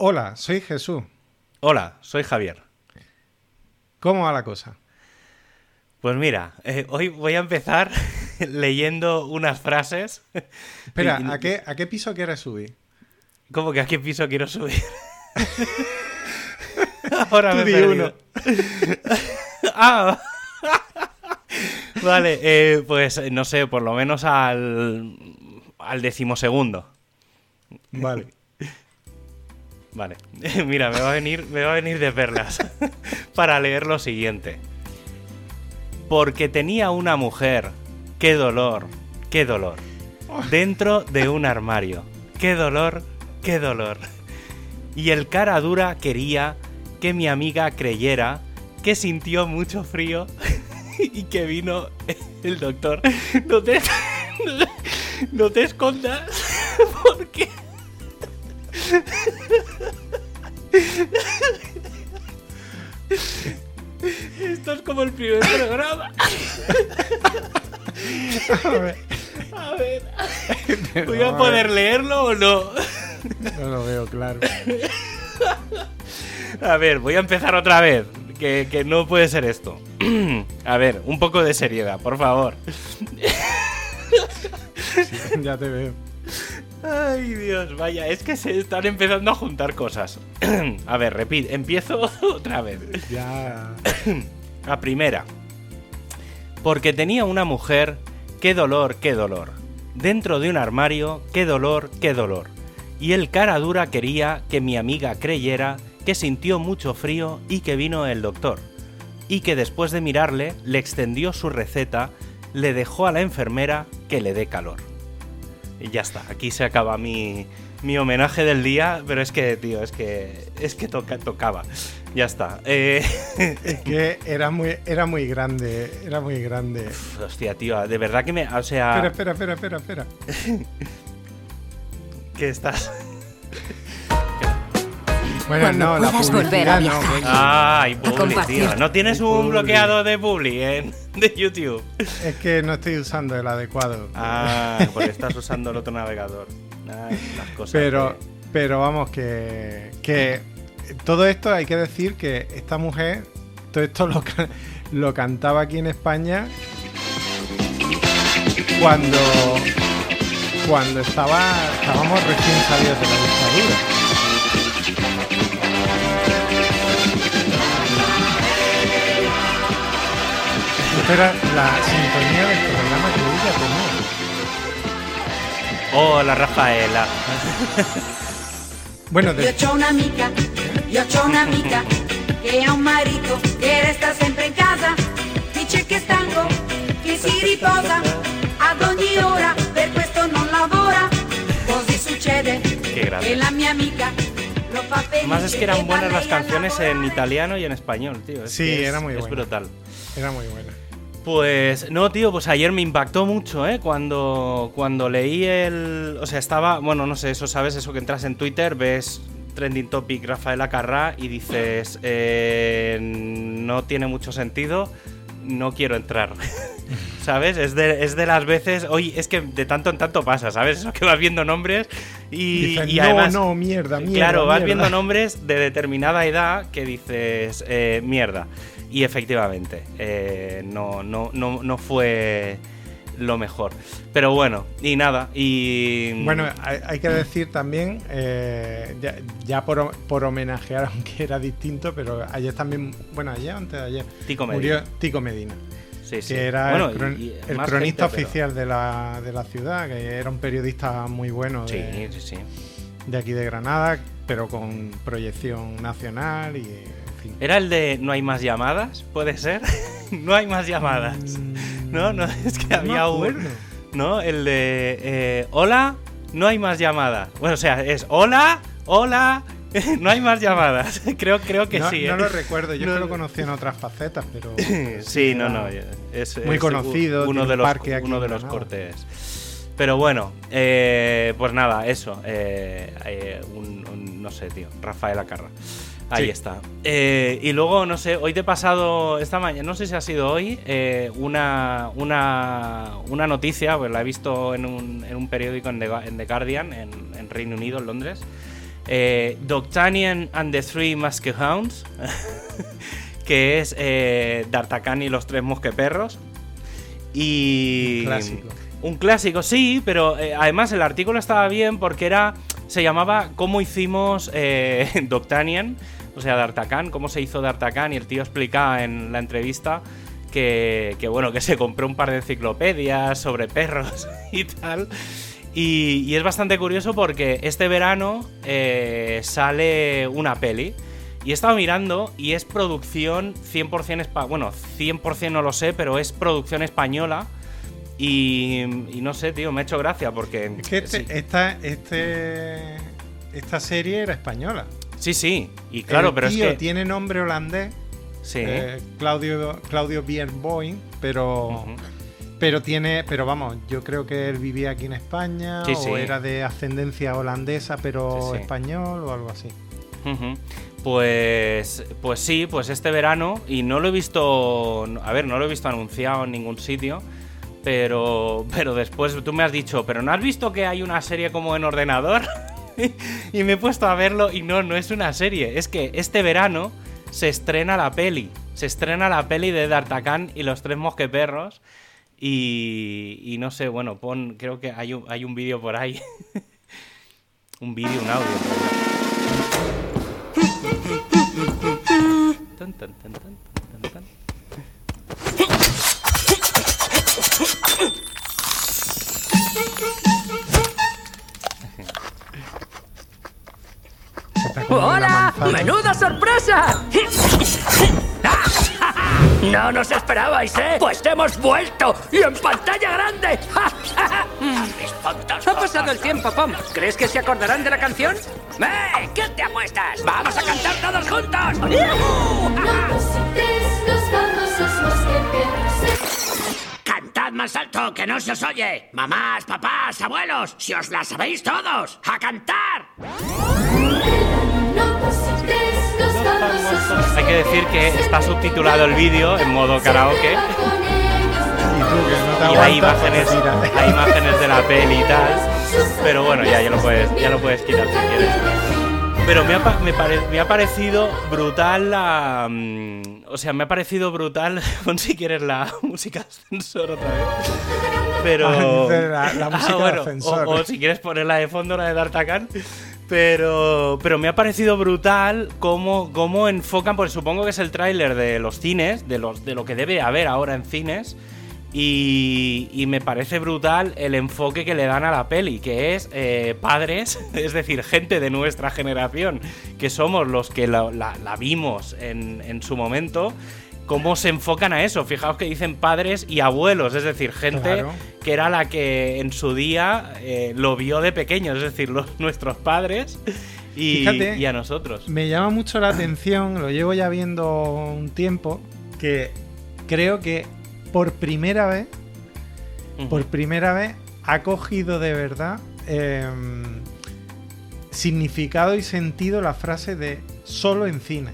Hola, soy Jesús. Hola, soy Javier. ¿Cómo va la cosa? Pues mira, hoy voy a empezar leyendo unas frases. Espera, ¿a qué piso quieres subir? ¿Cómo que a qué piso quiero subir? Ahora Tú me he di perdido. uno. Ah, vale, pues no sé, por lo menos al 12º. Vale. Vale, mira, me va a venir de perlas para leer lo siguiente. Porque tenía una mujer, qué dolor, dentro de un armario. Qué dolor, qué dolor. Y el cara dura quería que mi amiga creyera que sintió mucho frío y que vino el doctor. No te escondas, porque... Esto es como el primer programa. A ver. ¿Voy a poder leerlo o no? No lo veo claro. A ver, voy a empezar otra vez. Que no puede ser esto. A ver, un poco de seriedad, por favor. Sí, ya te veo. Ay, Dios, vaya, es que se están empezando a juntar cosas. A ver, empiezo otra vez. Ya. La primera. Porque tenía una mujer, qué dolor, dentro de un armario, qué dolor, y el cara dura quería que mi amiga creyera que sintió mucho frío y que vino el doctor, y que después de mirarle le extendió su receta, le dejó a la enfermera que le dé calor. Y ya está, aquí se acaba mi homenaje del día, pero es que, tío, es que tocaba. Ya está. Es que era muy grande. Hostia, tío, de verdad que me... O sea... Espera. ¿Qué estás? Bueno, Cuando no, la puedas volver publicidad a no. viajar. coño. Ay, Publi, compartir. tío. ¿No tienes El un Publi. bloqueado de Publi de YouTube? Es que no estoy usando el adecuado. Ah, porque estás usando el otro navegador. Ay, las cosas. Pero vamos, que todo esto hay que decir que esta mujer, todo esto lo cantaba aquí en España cuando estábamos recién salidos de la dictadura. Esta era la sintonía del programa que ella tenía. Hola, Rafaela. Bueno, Io c'ho un'amica che ha un marito che resta sempre in casa, dice che è stanco, che si riposa ad ogni ora, per questo non lavora. Così succede Qué grande. che la mia amica lo fa felice. Más es que eran e va buenas las lei a canciones en lavorare. italiano y en español, tío. Sí, Que era muy es buena. brutal. era muy buena. Pues no, tío, pues ayer me impactó mucho, cuando leí el... O sea, estaba... Bueno, no sé, eso, ¿sabes? Eso que entras en Twitter, ves Trending Topic Rafaela Carrà y dices... no tiene mucho sentido, no quiero entrar. ¿Sabes? Es de las veces... Oye, es que de tanto en tanto pasa, ¿sabes? Eso que vas viendo nombres y Dices, además... mierda. Claro, vas mierda. viendo nombres de determinada edad que dices, mierda. Y efectivamente, no fue lo mejor. Pero bueno, y nada. Y Bueno, hay que decir también, ya por homenajear, aunque era distinto, pero ayer también, bueno, ayer o antes de ayer, Tico murió Medina. Tico Medina, Sí, sí. que era Bueno, el más cronista gente, pero- oficial de la ciudad, que era un periodista muy bueno Sí, de, sí. de aquí de Granada, pero con proyección nacional y, en fin. ¿Era el de No hay más llamadas? ¿Puede ser? No hay más llamadas. No, es que No había me un... acuerdo. ¿No? El de... hola, no hay más llamadas. Bueno, o sea, es hola, no hay más llamadas. Creo que no, sí. no lo recuerdo, yo No- que lo conocí en otras facetas, pero... Sí, no. Es Muy conocido, uno tiene de un los, parque aquí uno de en los Granada. cortes. Pero bueno, pues nada, eso. No sé, tío. Rafaela Carrà. Ahí Sí. está. Y luego, no sé, hoy te he pasado, esta mañana, no sé si ha sido hoy, una noticia, pues la he visto en un periódico en The Guardian, en Reino Unido, en Londres, D'Artagnan and the Three Muskehounds, que es D'Artagnan y los tres mosqueperros. Y Un clásico. Un clásico, sí, pero además el artículo estaba bien porque se llamaba ¿Cómo hicimos D'Artagnan? O sea, D'Artagnan, cómo se hizo D'Artagnan, y el tío explicaba en la entrevista que bueno, que se compró un par de enciclopedias sobre perros y tal. Y es bastante curioso porque este verano sale una peli. Y he estado mirando y es producción 100% bueno, 100% no lo sé, pero es producción española. Y no sé, tío, me ha hecho gracia porque... Es que sí. esta serie era española. Sí, y claro, el pero tío es que... tiene nombre holandés, Sí. Claudio Bierboim, pero... Ujú. Pero vamos, yo creo que él vivía aquí en España, Sí, o sí. era de ascendencia holandesa, pero Sí, sí. español o algo así. Ujú. Pues sí, pues este verano, y no lo he visto, a ver, no lo he visto anunciado en ningún sitio, pero después tú me has dicho, ¿pero no has visto que hay una serie como en ordenador? Y me he puesto a verlo y no es una serie, es que este verano se estrena la peli de D'Artagnan y los tres mosqueperros, y no sé, bueno, creo que hay un vídeo por ahí, un audio. Tan, tan, tan, tan, tan, tan. Se está comiendo una ¡Hola! manzana. ¡Menuda sorpresa! No nos esperabais, ¿eh? Pues hemos vuelto y en pantalla grande. Ha pasado el tiempo, Pom. ¿Crees que se acordarán de la canción? ¿Qué te apuestas? ¡Vamos a cantar todos juntos! Los famosos mosqueteros. ¡Cantad más alto, que no se os oye! Mamás, papás, abuelos, si os la sabéis todos, ¡a cantar! Los famosos Hay que decir que está subtitulado el vídeo en modo karaoke Y tú, que no te y hay aguantas, imágenes, pues mira. hay imágenes de la peli y tal. Pero bueno, ya lo puedes quitar si quieres. Pero me ha parecido brutal la... o sea, me ha parecido brutal... Pon si quieres la música ascensor otra vez. Pero... La música de ascensor. O si quieres ponerla de fondo, la de D'Artagnan. Pero me ha parecido brutal cómo enfocan, pues supongo que es el tráiler de los cines, de lo que debe haber ahora en cines. Y me parece brutal el enfoque que le dan a la peli, que es padres, es decir, gente de nuestra generación, que somos los que la vimos en su momento, cómo se enfocan a eso. Fijaos que dicen padres y abuelos, es decir, gente Claro. que era la que en su día lo vio de pequeños, es decir, nuestros padres Fíjate, y a nosotros. Me llama mucho la atención, lo llevo ya viendo un tiempo, que creo que por primera vez ha cogido de verdad significado y sentido la frase de solo en cine.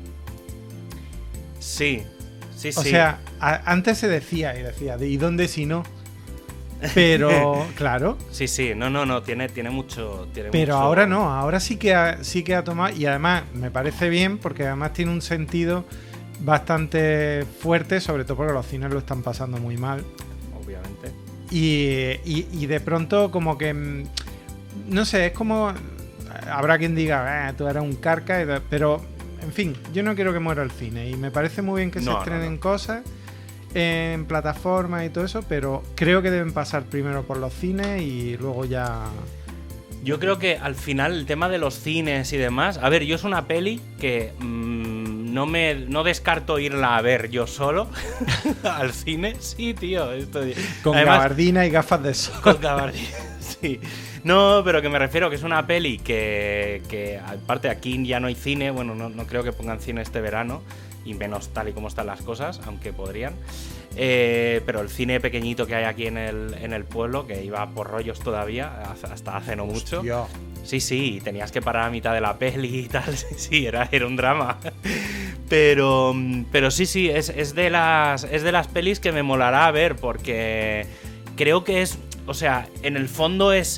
Sí. O sea, antes se decía, ¿y dónde si no? Pero, claro. Sí, no, tiene mucho. Pero ahora no, ahora sí que ha tomado, y además me parece bien porque además tiene un sentido bastante fuerte, sobre todo porque los cines lo están pasando muy mal. Obviamente. Y de pronto como que, no sé, es como, habrá quien diga, tú eres un carca, pero en fin, yo no quiero que muera el cine y me parece muy bien que se estrenen cosas en plataformas y todo eso, pero creo que deben pasar primero por los cines y luego ya... Yo creo que al final el tema de los cines y demás... A ver, yo es una peli que no descarto irla a ver yo solo al cine. Sí, tío. Con además, gabardina y gafas de sol. Con gabardina, sí. No, pero que me refiero que es una peli que aparte aquí ya no hay cine. Bueno, no creo que pongan cine este verano. Y menos tal y como están las cosas, aunque podrían. Pero el cine pequeñito que hay aquí en el pueblo, que iba por rollos todavía, hasta hace no mucho. Hostia. Sí, tenías que parar a mitad de la peli y tal. Sí, era un drama. Pero sí, es de las pelis que me molará ver, porque creo que es, o sea, en el fondo es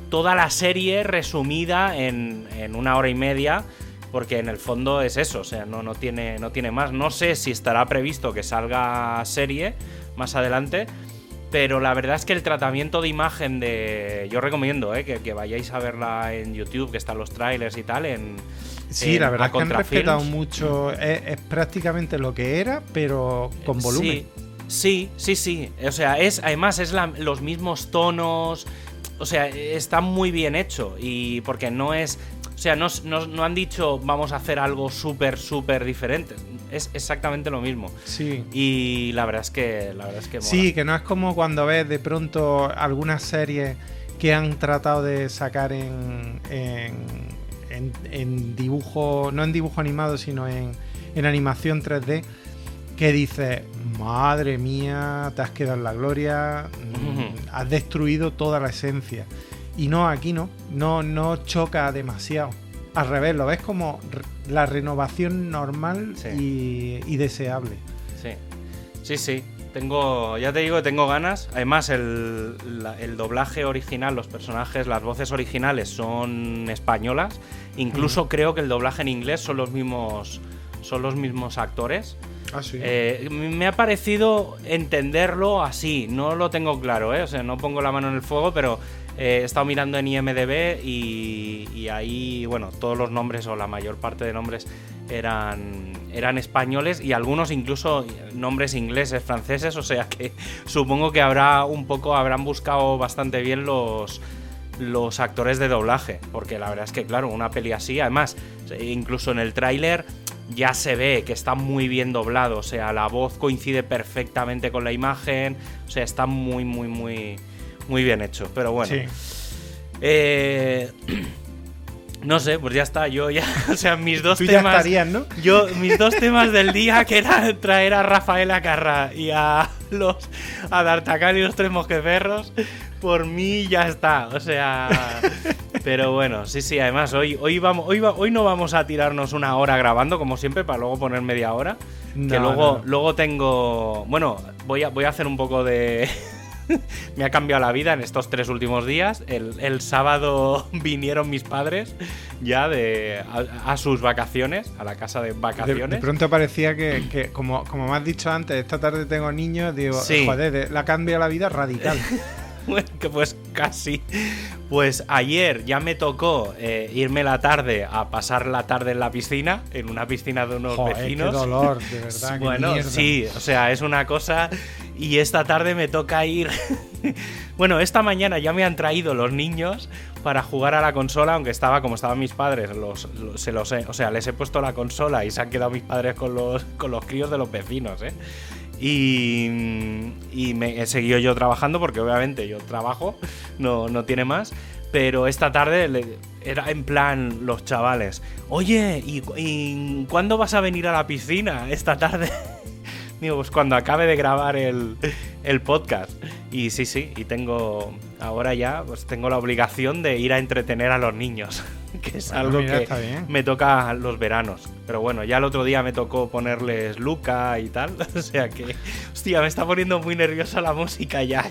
toda la serie resumida en 1 hora y media, porque en el fondo es eso, o sea, no tiene más. No sé si estará previsto que salga serie más adelante, pero la verdad es que el tratamiento de imagen yo recomiendo que vayáis a verla en YouTube, que están los trailers y tal, Sí, la verdad es que han respetado Films. mucho. Es prácticamente lo que era, pero con volumen. Sí. O sea, además es los mismos tonos. O sea, está muy bien hecho. Y porque no es. O sea, no han dicho vamos a hacer algo súper diferente. Es exactamente lo mismo. Sí. Y la verdad es que mola. Sí, que no es como cuando ves de pronto algunas series que han tratado de sacar en dibujo, no en dibujo animado, sino en animación 3D, que dices, madre mía, te has quedado en la gloria, has destruido toda la esencia. Y no, aquí no choca demasiado. Al revés, lo ves como la renovación normal y deseable. Sí. Ya te digo que tengo ganas. Además, el doblaje original, los personajes, las voces originales son españolas. Incluso creo que el doblaje en inglés son los mismos actores. Ah, sí. Me ha parecido entenderlo así. No lo tengo claro, O sea, no pongo la mano en el fuego, pero he estado mirando en IMDb y ahí, bueno, todos los nombres o la mayor parte de nombres eran españoles y algunos incluso nombres ingleses, franceses, o sea que supongo que habrán buscado bastante bien los actores de doblaje, porque la verdad es que claro, una peli así, además, incluso en el tráiler ya se ve que está muy bien doblado, o sea, la voz coincide perfectamente con la imagen, o sea, está muy bien hecho, pero bueno. Sí. No sé, pues ya está, yo ya, o sea, mis dos Tú temas... ya estarías, ¿no? Mis dos temas del día, que era traer a Rafaela Carrà y a D'Artagnan y los Tres Mosqueperros, por mí ya está, o sea... Pero bueno, sí, además hoy no vamos a tirarnos 1 hora grabando, como siempre, para luego poner media hora, que luego tengo... Bueno, voy a hacer un poco de... Me ha cambiado la vida en estos 3 últimos días. El sábado vinieron mis padres ya a sus vacaciones, a la casa de vacaciones. De pronto parecía que como me has dicho antes, esta tarde tengo niños, digo, Sí. Joder, la cambia la vida radical. Bueno, que pues casi. Pues ayer ya me tocó irme la tarde a pasar la tarde en la piscina, en una piscina de unos vecinos. Qué dolor, de verdad. Bueno, qué mierda. sí, o sea, es una cosa. Y esta tarde me toca ir. Bueno, esta mañana ya me han traído los niños para jugar a la consola, aunque como estaban mis padres, o sea, les he puesto la consola y se han quedado mis padres con los críos de los vecinos, Y me he seguido yo trabajando, porque obviamente yo trabajo, no tiene más. Pero esta tarde era en plan los chavales, oye, ¿y cuándo vas a venir a la piscina esta tarde? Digo, pues cuando acabe de grabar el podcast. Y sí, y ahora ya tengo la obligación de ir a entretener a los niños, que es algo que me toca los veranos. Pero bueno, ya el otro día me tocó ponerles Luca y tal, o sea que, hostia, me está poniendo muy nerviosa la música ya,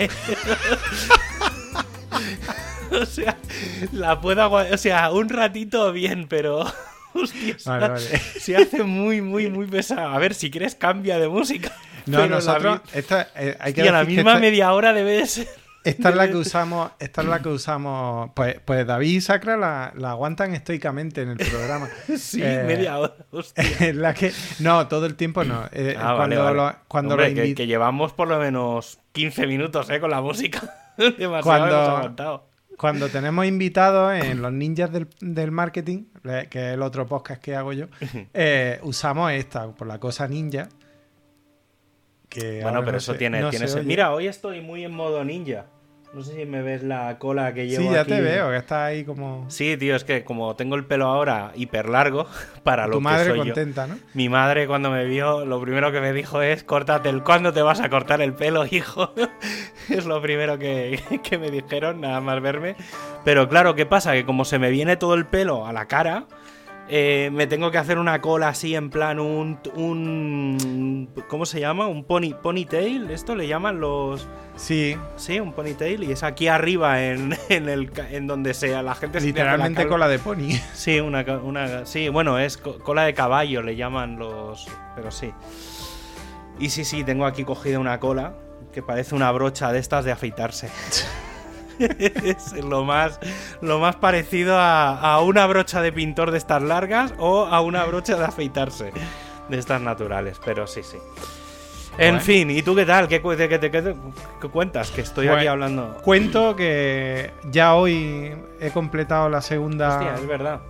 O sea, la puedo aguantar, o sea, un ratito bien, pero... Hostia, vale. Se hace muy pesado. A ver, si quieres cambia de música. No, pero nosotros hay que y a la decir misma que media hora debe de ser. Esta es la que usamos. Pues David y Sacra la aguantan estoicamente en el programa. Sí, media hora, hostia. Es la que, no, todo el tiempo no. Cuando Hombre, que llevamos por lo menos 15 minutos con la música. Demasiado hemos aguantado. Cuando tenemos invitados en los ninjas del marketing, que es el otro podcast que hago yo, usamos esta, por la cosa ninja. Bueno, pero eso tiene Mira, hoy estoy muy en modo ninja. No sé si me ves la cola que llevo aquí. Sí, ya te veo, que estás ahí como... Sí, tío, es que como tengo el pelo ahora hiper largo, para lo que soy yo. Tu madre contenta, ¿no? Mi madre, cuando me vio, lo primero que me dijo es: ¿cuándo te vas a cortar el pelo, hijo? Es lo primero que me dijeron, nada más verme. Pero claro, ¿qué pasa? Que como se me viene todo el pelo a la cara, me tengo que hacer una cola así en plan un ¿cómo se llama? Un ponytail, esto le llaman los... Sí, Sí, un ponytail, y es aquí arriba en donde sea la gente se te hace la literalmente calva. cola de pony. Sí, sí, bueno, es cola de caballo le llaman los, pero sí. Y sí, tengo aquí cogida una cola que parece una brocha de estas de afeitarse. Es lo más parecido a una brocha de pintor de estas largas o a una brocha de afeitarse de estas naturales, pero sí. En Bueno. fin, ¿y tú qué tal? ¿Qué cuentas? Que estoy aquí Pues, hablando. Cuento que ya hoy he completado la segunda Hostia, es verdad.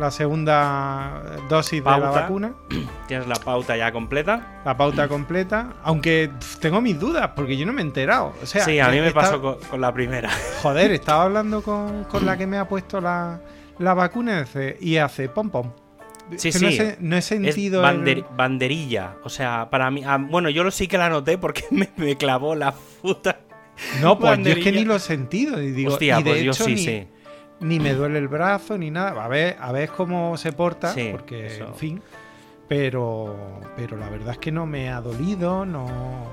dosis de la Pauta. vacuna, Tienes la pauta ya completa. la pauta completa, aunque tengo mis dudas porque yo no me he enterado. O sea, Sí, a mí me estaba- pasó con la primera. Joder, estaba hablando con la que me ha puesto la vacuna y hace pom pom. Sí, Que sí. No he sentido Es banderilla. O sea, para mí. Bueno, yo sí que la noté porque me clavó la puta. No, pues yo es que banderilla. ni lo he sentido. Y digo, Hostia, y de pues yo hecho, sí, ni, sí. ni me duele el brazo ni nada. A ver cómo se porta, Sí, porque, eso. en fin. Pero la verdad es que no me ha dolido, no.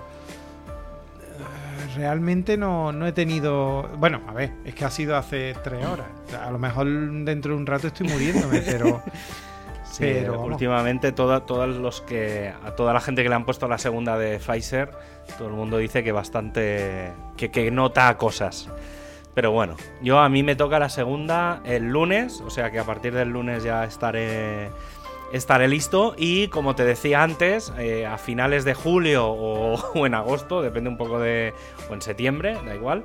Realmente no he tenido. Bueno, a ver, es que ha sido hace 3 horas. O sea, a lo mejor dentro de un rato estoy muriéndome, pero. Sí, Pero, vamos. últimamente a toda la gente que le han puesto la segunda de Pfizer, todo el mundo dice que bastante que nota cosas. Pero bueno, a mí me toca la segunda el lunes, o sea que a partir del lunes ya estaré listo, y como te decía antes, a finales de julio o en agosto, depende un poco o en septiembre, da igual,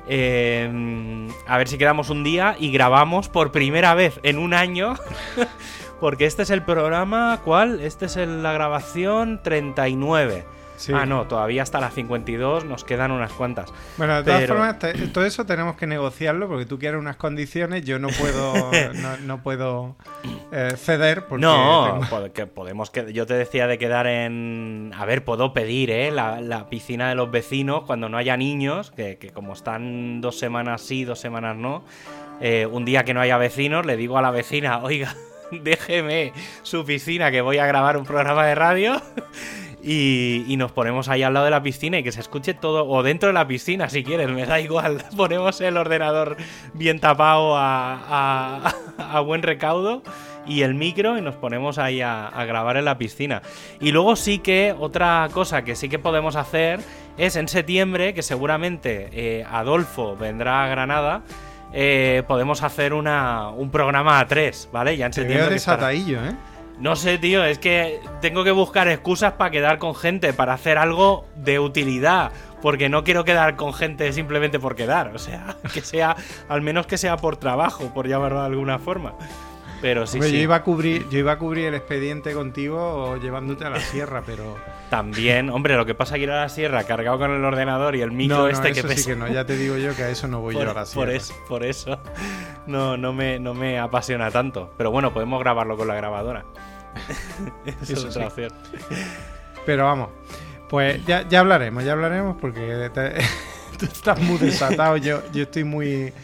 a ver si quedamos un día y grabamos por primera vez en un año. Porque este es el programa, ¿cuál? Este es la grabación 39. Sí. Ah, no, todavía hasta las 52 nos quedan unas cuantas. Bueno, de todas Pero- formas, todo eso tenemos que negociarlo porque tú quieres unas condiciones, yo no puedo, no puedo ceder porque No, tengo- yo te decía de quedar en... A ver, puedo pedir, la piscina de los vecinos cuando no haya niños, que como están 2 semanas sí, 2 semanas no, un día que no haya vecinos, le digo a la vecina, oiga, déjeme su piscina que voy a grabar un programa de radio y nos ponemos ahí al lado de la piscina y que se escuche todo, o dentro de la piscina si quieres, me da igual, ponemos el ordenador bien tapado a buen recaudo y el micro y nos ponemos ahí a grabar en la piscina. Y luego sí que otra cosa que sí que podemos hacer es en septiembre, que seguramente Adolfo vendrá a Granada, podemos hacer un programa a 3, ¿vale? Ya en Te septiembre veo que estará. desatadillo, ¿eh? No sé, tío, es que tengo que buscar excusas para quedar con gente, para hacer algo de utilidad, porque no quiero quedar con gente simplemente por quedar, o sea, que sea, al menos que sea por trabajo, por llamarlo de alguna forma. Pero sí, Hombre, sí. yo iba a cubrir el expediente contigo llevándote a la sierra, pero También, hombre, lo que pasa es que ir a la sierra cargado con el ordenador y el micro no, que eso pesa. sí que no, ya te digo yo que a eso no voy yo a la sierra. Por eso no me apasiona tanto. Pero bueno, podemos grabarlo con la grabadora. Esa Eso es otra sí. opción. Pero vamos, pues ya hablaremos porque tú estás muy desatado, yo estoy muy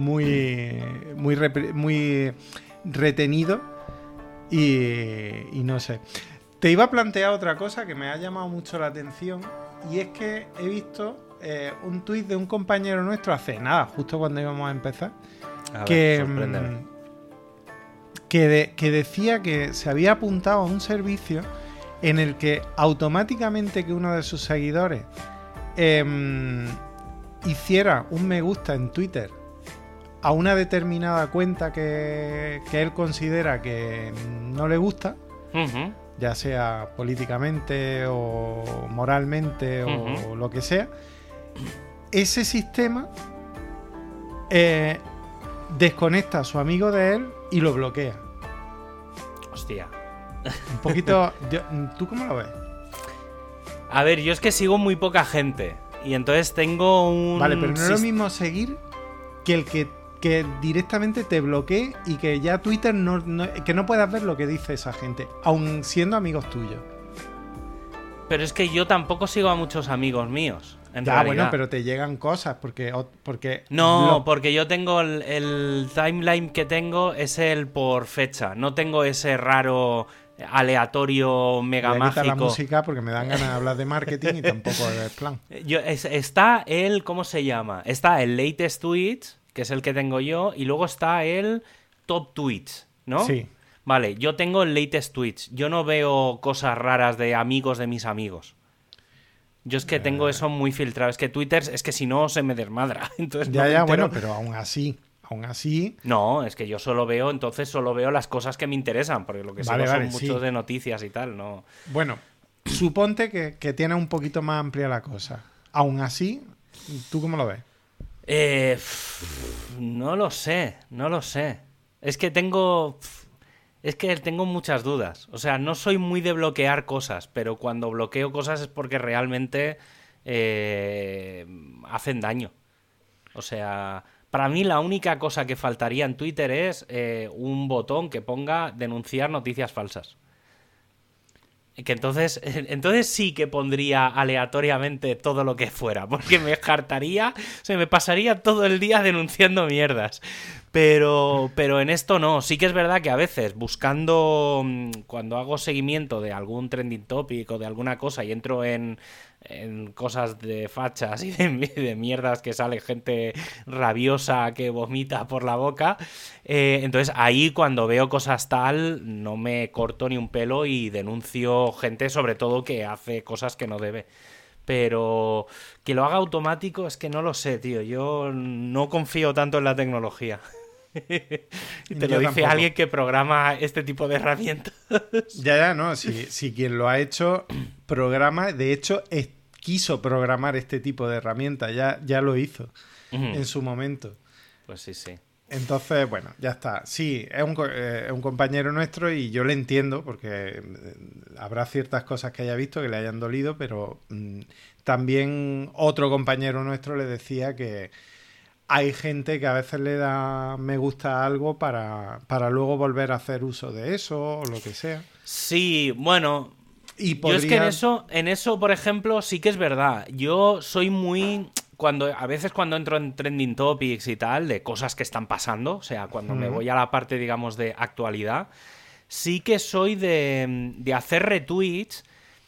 retenido y no sé. Te iba a plantear otra cosa que me ha llamado mucho la atención y es que he visto un tuit de un compañero nuestro hace nada, justo cuando íbamos a empezar, A ver, que, sorpréndeme. que decía que se había apuntado a un servicio en el que automáticamente que uno de sus seguidores hiciera un me gusta en Twitter a una determinada cuenta que él considera que no le gusta, Ujú. ya sea políticamente o moralmente o lo que sea, ese sistema desconecta a su amigo de él y lo bloquea. Hostia. Un poquito... ¿Tú cómo lo ves? A ver, yo es que sigo muy poca gente. Y entonces tengo un... Vale, pero no es lo mismo seguir que el que directamente te bloquee y que ya Twitter que no puedas ver lo que dice esa gente, aun siendo amigos tuyos. Pero es que yo tampoco sigo a muchos amigos míos. en Ya, realidad. bueno, pero te llegan cosas porque No, porque yo tengo el timeline que tengo es el por fecha. No tengo ese raro aleatorio mega voy a quitar la mágico. música porque me dan ganas de hablar de marketing y tampoco es plan. Está el, ¿cómo se llama? Está el latest tweets, que es el que tengo yo, y luego está el top tweets, ¿no? Sí. Vale, yo tengo el latest tweets. Yo no veo cosas raras de amigos de mis amigos. Yo es que tengo eso muy filtrado. Es que Twitter, es que si no se me desmadra. Entonces no me Ya, entero. bueno, pero aún así, No, es que yo solo veo las cosas que me interesan, porque lo que Vale, sigo vale, son sí. muchos de noticias y tal, no. bueno, suponte que tiene un poquito más amplia la cosa. Aún así, ¿tú cómo lo ves? No lo sé. Es que tengo muchas dudas. O sea, no soy muy de bloquear cosas, pero cuando bloqueo cosas es porque realmente hacen daño. O sea, para mí la única cosa que faltaría en Twitter es un botón que ponga denunciar noticias falsas. Que entonces sí que pondría aleatoriamente todo lo que fuera, porque me hartaría, se me pasaría todo el día denunciando mierdas. Pero en esto no. Sí que es verdad que a veces buscando, cuando hago seguimiento de algún trending topic o de alguna cosa y entro en cosas de fachas y de mierdas que sale gente rabiosa que vomita por la boca, entonces ahí cuando veo cosas tal no me corto ni un pelo y denuncio gente sobre todo que hace cosas que no debe. Pero que lo haga automático es que no lo sé, tío. Yo no confío tanto en la tecnología. Y te lo Yo dice tampoco. alguien que programa este tipo de herramientas. Ya, no. Si quien lo ha hecho programa, de hecho, quiso programar este tipo de herramientas. Ya lo hizo en su momento. Pues sí, sí. Entonces, bueno, ya está. Sí, es un compañero nuestro y yo le entiendo porque habrá ciertas cosas que haya visto que le hayan dolido, pero también otro compañero nuestro le decía que hay gente que a veces le da me gusta a algo para luego volver a hacer uso de eso o lo que sea. Sí, bueno, Y yo es que en eso, por ejemplo, sí que es verdad. Yo soy muy... a veces cuando entro en trending topics y tal, de cosas que están pasando, o sea, cuando me voy a la parte, digamos, de actualidad, sí que soy de hacer retweets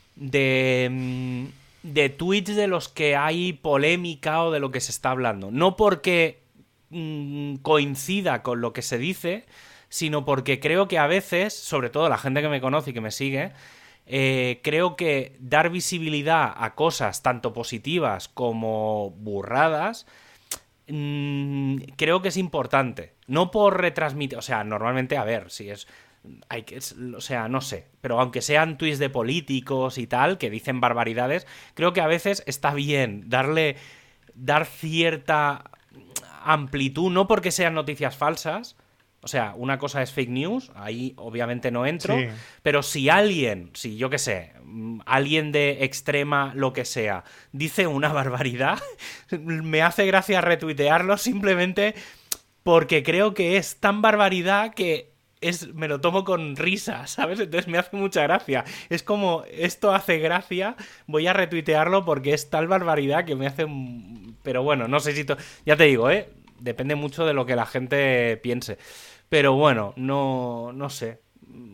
de tweets de los que hay polémica o de lo que se está hablando. No porque coincida con lo que se dice, sino porque creo que a veces, sobre todo la gente que me conoce y que me sigue, creo que dar visibilidad a cosas tanto positivas como burradas creo que es importante. No por retransmitir, o sea, normalmente, a ver, si es... o sea, no sé, pero aunque sean tweets de políticos y tal, que dicen barbaridades, creo que a veces está bien dar cierta amplitud, no porque sean noticias falsas. O sea, una cosa es fake news, ahí obviamente no entro, Sí. pero si yo qué sé, alguien de extrema lo que sea, dice una barbaridad, me hace gracia retuitearlo simplemente porque creo que es tan barbaridad que me lo tomo con risa, ¿sabes? Entonces me hace mucha gracia. Es como, esto hace gracia, voy a retuitearlo porque es tal barbaridad que me hace... Pero bueno, no sé si... Ya te digo, depende mucho de lo que la gente piense. Pero bueno, no sé.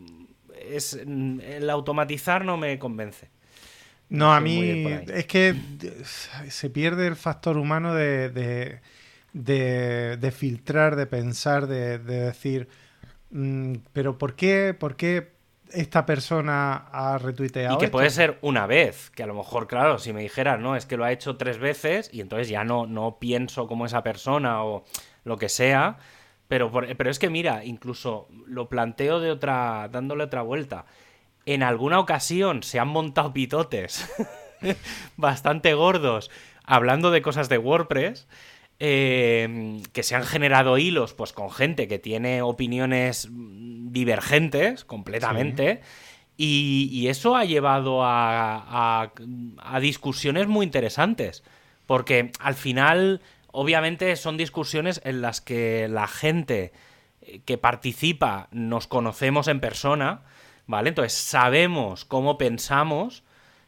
El automatizar no me convence. No, a soy muy de mí por ahí. es que se pierde el factor humano de filtrar, de pensar, de decir, pero ¿por qué esta persona ha retuiteado Y que esto? puede ser una vez, que a lo mejor, claro, si me dijeran, no, es que lo ha hecho 3 veces y entonces ya no pienso como esa persona o lo que sea, pero es que mira, incluso lo planteo dándole otra vuelta. En alguna ocasión se han montado pitotes bastante gordos hablando de cosas de WordPress, que se han generado hilos pues con gente que tiene opiniones divergentes completamente. Sí. Y eso ha llevado a discusiones muy interesantes, porque al final obviamente son discusiones en las que la gente que participa nos conocemos en persona, ¿vale? Entonces sabemos cómo pensamos,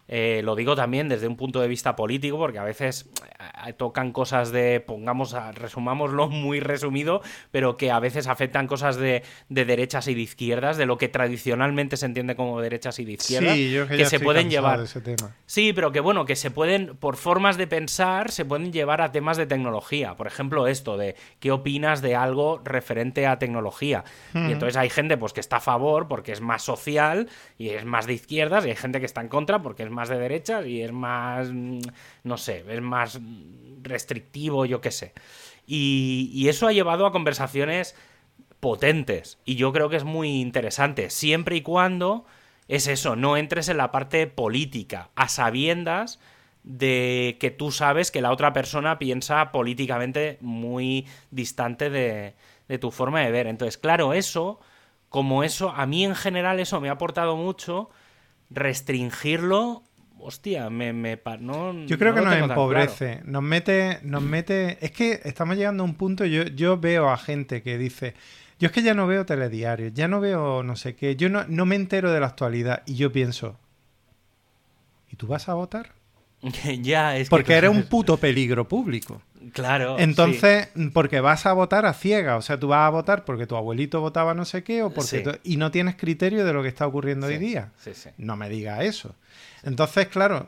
Lo digo también desde un punto de vista político, porque a veces tocan cosas de, resumámoslo muy resumido, pero que a veces afectan cosas de derechas y de izquierdas, de lo que tradicionalmente se entiende como derechas y de izquierdas, Sí, yo que ya se estoy pueden cansado llevar. de ese tema. Sí, pero que bueno, que se pueden, por formas de pensar, se pueden llevar a temas de tecnología. Por ejemplo, esto de qué opinas de algo referente a tecnología. Y entonces hay gente pues que está a favor porque es más social y es más de izquierdas, y hay gente que está en contra porque es más de derechas y es más, no sé, es más restrictivo, yo qué sé. Y eso ha llevado a conversaciones potentes, y yo creo que es muy interesante, siempre y cuando es eso, no entres en la parte política, a sabiendas de que tú sabes que la otra persona piensa políticamente muy distante de tu forma de ver. Entonces, claro, eso, a mí en general eso me ha aportado mucho. Restringirlo, hostia, no, Yo creo no que lo nos tengo tan empobrece, nos mete... Es que estamos llegando a un punto, yo veo a gente que dice, yo es que ya no veo telediarios, ya no veo no sé qué, yo no me entero de la actualidad, y yo pienso, ¿y tú vas a votar? Ya, es que Porque claro, eres un puto peligro público. Claro. Entonces, porque vas a votar a ciegas, o sea, tú vas a votar porque tu abuelito votaba no sé qué, o porque Sí. y no tienes criterio de lo que está ocurriendo Sí, hoy día. sí, sí. No me digas eso. Entonces, claro,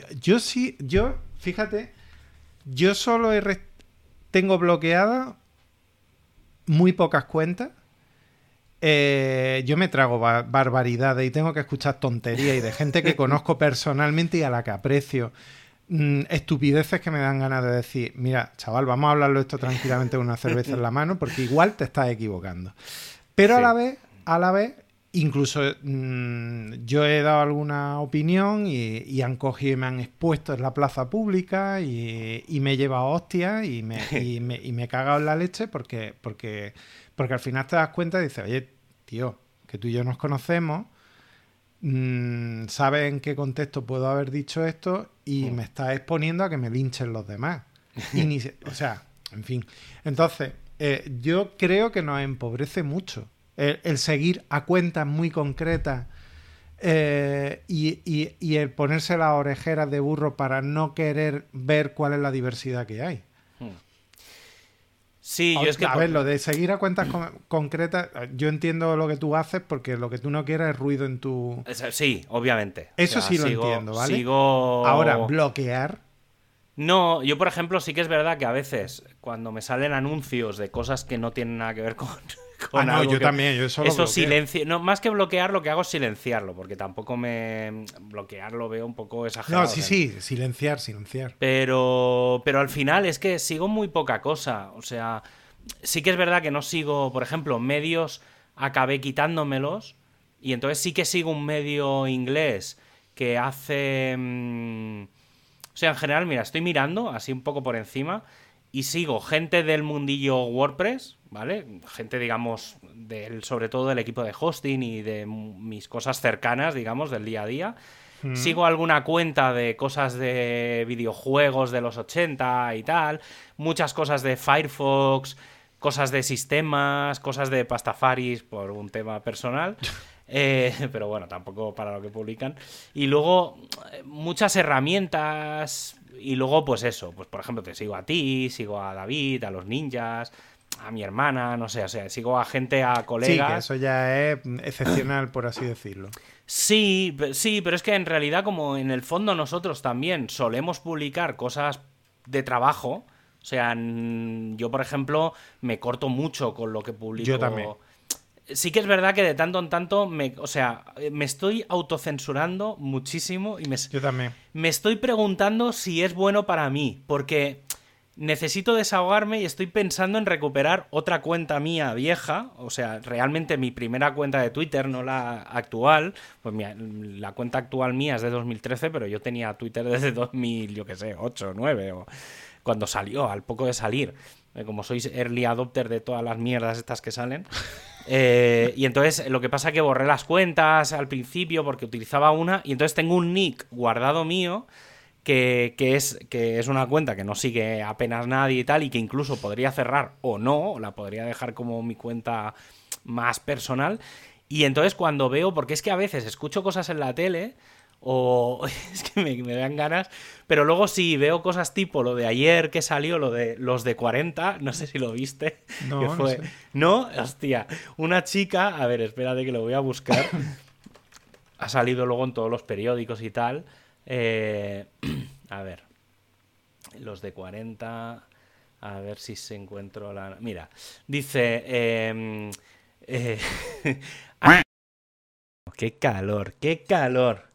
fíjate, yo solo tengo bloqueadas muy pocas cuentas. Yo me trago barbaridades y tengo que escuchar tonterías y de gente que conozco personalmente y a la que aprecio. Estupideces que me dan ganas de decir, mira, chaval, vamos a hablarlo esto tranquilamente con una cerveza en la mano, porque igual te estás equivocando. Pero Sí. a la vez, incluso yo he dado alguna opinión y han cogido y me han expuesto en la plaza pública y me he llevado hostias y me he cagado en la leche porque al final te das cuenta y dices, oye, tío, que tú y yo nos conocemos, sabes en qué contexto puedo haber dicho esto y me estás exponiendo a que me linchen los demás. O sea, en fin. Entonces, yo creo que nos empobrece mucho el seguir a cuentas muy concretas y el ponerse las orejeras de burro para no querer ver cuál es la diversidad que hay. Sí, yo es que... A ver, lo de seguir a cuentas concretas, yo entiendo lo que tú haces porque lo que tú no quieres es ruido en tu... Sí, obviamente. Eso sí lo entiendo, ¿vale? Sigo... Ahora, bloquear... No, yo por ejemplo sí que es verdad que a veces cuando me salen anuncios de cosas que no tienen nada que ver con no, algo yo que... también, yo eso lo bloqueo. silencio, no, más que bloquear lo que hago es silenciarlo, porque tampoco bloquear lo veo un poco exagerado. No, sí, silenciar. Pero al final es que sigo muy poca cosa, o sea, sí que es verdad que no sigo, por ejemplo, medios acabé quitándomelos, y entonces sí que sigo un medio inglés que hace... O sea, en general, mira, estoy mirando así un poco por encima y sigo gente del mundillo WordPress, ¿vale? Gente, digamos, sobre todo del equipo de hosting y de mis cosas cercanas, digamos, del día a día. Sigo alguna cuenta de cosas de videojuegos de los 80 y tal, muchas cosas de Firefox, cosas de sistemas, cosas de pastafaris por un tema personal. Pero bueno, tampoco para lo que publican. Y luego muchas herramientas. Y luego pues eso, pues por ejemplo te sigo a ti, sigo a David, a los ninjas, a mi hermana, no sé, o sea, sigo a gente, a colegas. Sí, que eso ya es excepcional, por así decirlo. Sí, pero es que en realidad como en el fondo nosotros también solemos publicar cosas de trabajo. O sea, yo por ejemplo me corto mucho con lo que publico. Yo también. Sí que es verdad que de tanto en tanto me estoy autocensurando muchísimo y Yo también. me estoy preguntando si es bueno para mí, porque necesito desahogarme y estoy pensando en recuperar otra cuenta mía vieja, o sea, realmente mi primera cuenta de Twitter, no la actual, pues la cuenta actual mía es de 2013, pero yo tenía Twitter desde 2000, yo qué sé, 8, 9 o cuando salió, al poco de salir. Como sois early adopter de todas las mierdas estas que salen. Y entonces lo que pasa es que borré las cuentas al principio porque utilizaba una y entonces tengo un nick guardado mío que es una cuenta que no sigue apenas nadie y tal, y que incluso podría cerrar o no, o la podría dejar como mi cuenta más personal. Y entonces cuando veo, porque es que a veces escucho cosas en la tele o es que me dan ganas, pero luego sí veo cosas tipo lo de ayer que salió, lo de los de 40, no sé si lo viste. No, que no fue... sé. No, hostia, una chica, a ver, espérate que lo voy a buscar, ha salido luego en todos los periódicos y tal, a ver, los de 40, a ver si se encuentro la... Mira, dice... ¡Qué calor! ¡Qué calor!